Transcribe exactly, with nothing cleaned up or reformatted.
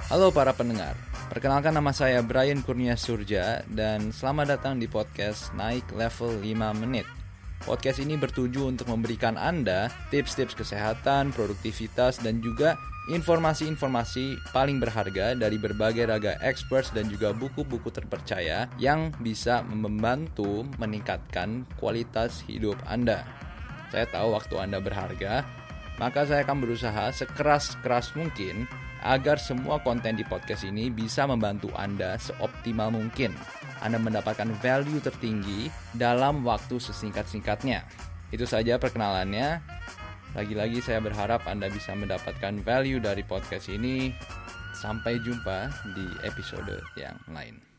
Halo para pendengar, perkenalkan nama saya Brian Kurnia Surja dan selamat datang di podcast Naik Level lima Menit. Podcast ini bertuju untuk memberikan Anda tips-tips kesehatan, produktivitas, dan juga informasi-informasi paling berharga dari berbagai raga experts dan juga buku-buku terpercaya yang bisa membantu meningkatkan kualitas hidup Anda. Saya tahu waktu Anda berharga, maka saya akan berusaha sekeras-keras mungkin agar semua konten di podcast ini bisa membantu Anda seoptimal mungkin. Anda mendapatkan value tertinggi dalam waktu sesingkat-singkatnya. Itu saja perkenalannya. Lagi-lagi saya berharap Anda bisa mendapatkan value dari podcast ini. Sampai jumpa di episode yang lain.